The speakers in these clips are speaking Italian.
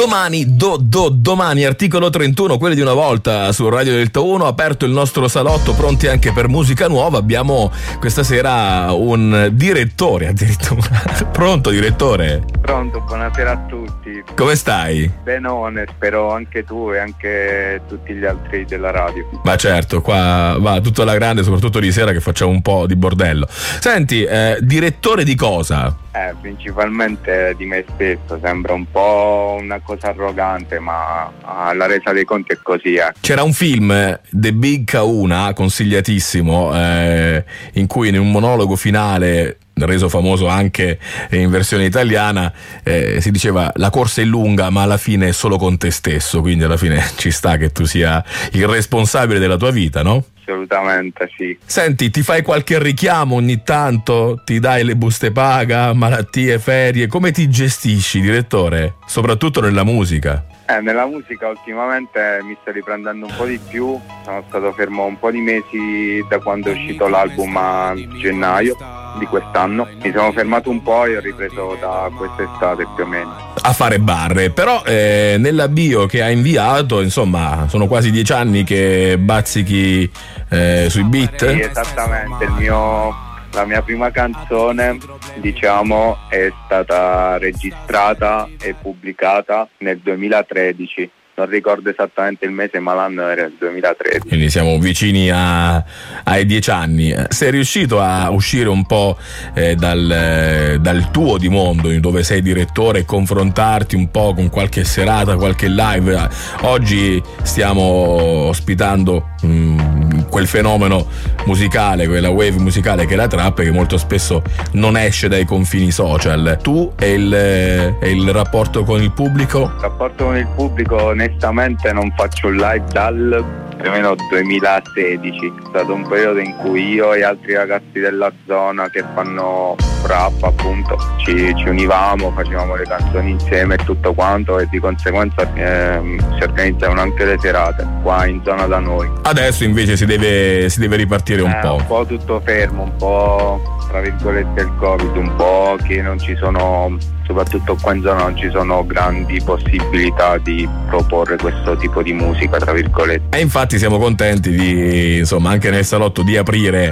Domani, articolo 31, quelli di una volta su Radio Delta 1, aperto il nostro salotto, pronti anche per musica nuova. Abbiamo questa sera un direttore addirittura. Pronto, direttore? Pronto, buonasera a tutti. Come stai? Benone, spero anche tu e anche tutti gli altri della radio. Ma certo, qua va tutto alla grande, soprattutto di sera che facciamo un po' di bordello. Senti, direttore di cosa? Principalmente di me stesso, sembra un po' una cosa arrogante, ma alla resa dei conti è così. C'era un film, The Big Kahuna, consigliatissimo, in cui in un monologo finale, reso famoso anche in versione italiana, si diceva: la corsa è lunga ma alla fine è solo con te stesso, quindi alla fine ci sta che tu sia il responsabile della tua vita, no? Assolutamente sì. Senti, ti fai qualche richiamo ogni tanto? Ti dai le buste paga, malattie, ferie? Come ti gestisci, direttore? Soprattutto nella musica. Nella musica ultimamente mi sto riprendendo un po' di più, sono stato fermo un po' di mesi da quando è uscito l'album a gennaio di quest'anno, mi sono fermato un po' e ho ripreso da quest'estate più o meno a fare barre, però nella bio che hai inviato, insomma, sono quasi 10 anni che bazzichi sui beat? Sì, esattamente, la mia prima canzone, diciamo, è stata registrata e pubblicata nel 2013. Non ricordo esattamente il mese, ma l'anno era il 2013. Quindi siamo vicini ai 10 anni. Sei riuscito a uscire un po' dal tuo di mondo, dove sei direttore, e confrontarti un po' con qualche serata, qualche live? Oggi stiamo ospitando quel fenomeno musicale, quella wave musicale che è la trap, che molto spesso non esce dai confini social. Tu e il rapporto con il pubblico? Il rapporto con il pubblico, onestamente non faccio un live dal più o meno 2016. È stato un periodo in cui io e altri ragazzi della zona che fanno rap, appunto, ci univamo, facevamo le canzoni insieme e tutto quanto, e di conseguenza si organizzavano anche le serate qua in zona da noi. Adesso invece si deve ripartire un po'. Un po' tutto fermo, un po' tra virgolette il Covid, un po' che non ci sono, soprattutto qua in zona non ci sono grandi possibilità di proporre questo tipo di musica, tra virgolette. E infatti siamo contenti di, insomma, anche nel salotto di aprire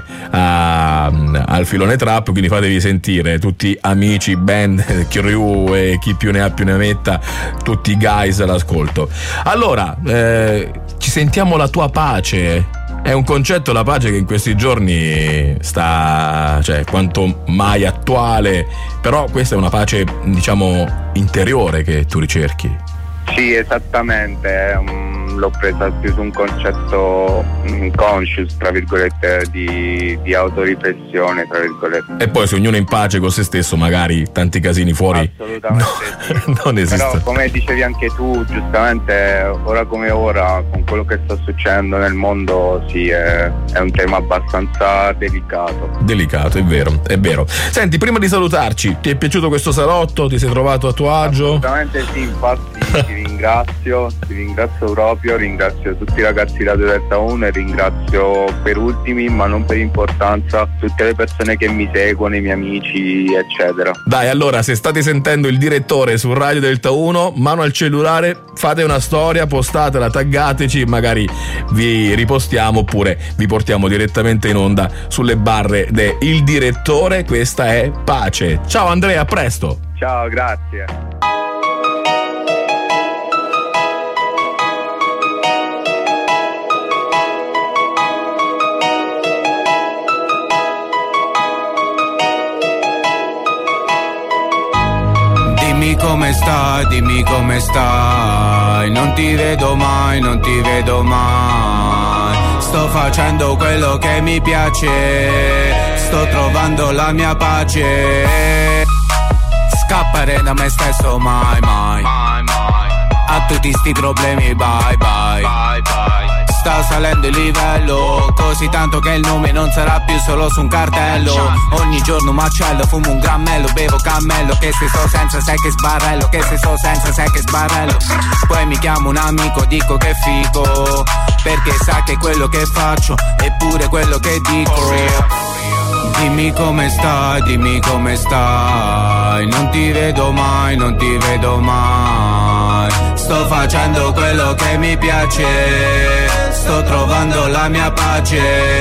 al filone trap, quindi fatevi sentire tutti amici, band, crew e chi più ne ha più ne metta, tutti i guys all'ascolto. Allora, ci sentiamo la tua pace. È un concetto, la pace, che in questi giorni sta, cioè, quanto mai attuale, però questa è una pace, diciamo, interiore che tu ricerchi. Sì, esattamente, l'ho presa più su un concetto conscious, tra virgolette, di autoriflessione, tra virgolette. E poi se ognuno è in pace con se stesso, magari tanti casini fuori non esistono. Però, come dicevi anche tu, giustamente, ora come ora, con quello che sta succedendo nel mondo, sì, è un tema abbastanza delicato. Delicato, è vero. Senti, prima di salutarci, ti è piaciuto questo salotto? Ti sei trovato a tuo agio? Assolutamente sì, infatti ti ringrazio proprio, ringrazio tutti i ragazzi da Delta 1 e ringrazio per ultimi, ma non per importanza, tutte le persone che mi seguono, i miei amici, eccetera. Dai, allora, se state sentendo il direttore su Radio Delta 1, mano al cellulare, fate una storia, postatela, taggateci, magari vi ripostiamo oppure vi portiamo direttamente in onda sulle barre de Il Direttore. Questa è Pace. Ciao Andrea, a presto. Ciao, grazie. Dimmi come stai, non ti vedo mai, sto facendo quello che mi piace, sto trovando la mia pace, scappare da me stesso mai, a tutti sti problemi bye, sta salendo il livello, così tanto che il nome non sarà più solo su un cartello. Ogni giorno macello, fumo un grammello, bevo cammello, che se sto senza sai che sbarrello, poi mi chiamo un amico, dico che figo, perché sa che quello che faccio è pure quello che dico. Dimmi come stai, non ti vedo mai, Sto facendo quello che mi piace, sto trovando la mia pace,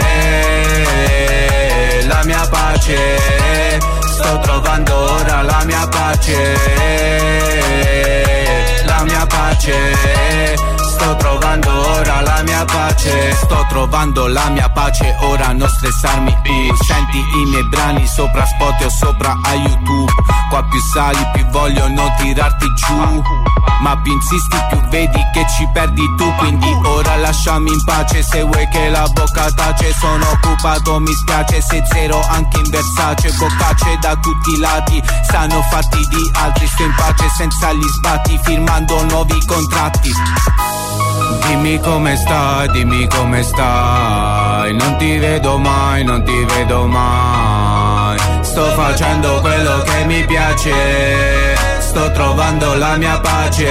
la mia pace. Sto trovando ora la mia pace, la mia pace. Sto trovando ora la mia pace, sto trovando la mia pace, ora non stressarmi più. Senti i miei brani sopra Spotify o sopra a YouTube. Qua più sali più vogliono tirarti giù, ma più insisti più vedi che ci perdi tu. Quindi ora lasciami in pace, se vuoi che la bocca tace. Sono occupato, mi spiace se zero anche in Versace. Boccacce da tutti i lati, stanno fatti di altri. Sto in pace senza gli sbatti, firmando nuovi contratti. Dimmi come stai, dimmi come stai. Non ti vedo mai, non ti vedo mai. Sto facendo quello che mi piace, sto trovando la mia pace,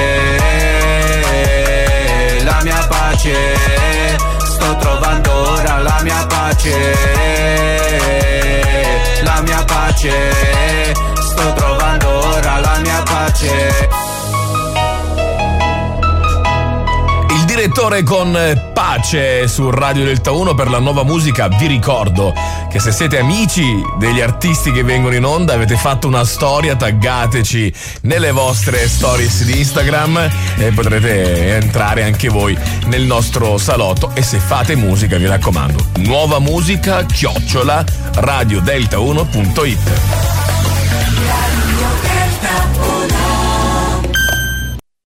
la mia pace. Sto trovando ora la mia pace, la mia pace. Sto trovando ora la mia pace. Direttore con Pace su Radio Delta 1 per la nuova musica. Vi ricordo che se siete amici degli artisti che vengono in onda, avete fatto una storia, taggateci nelle vostre stories di Instagram e potrete entrare anche voi nel nostro salotto. E se fate musica, mi raccomando, nuova musica @radiodelta1.it.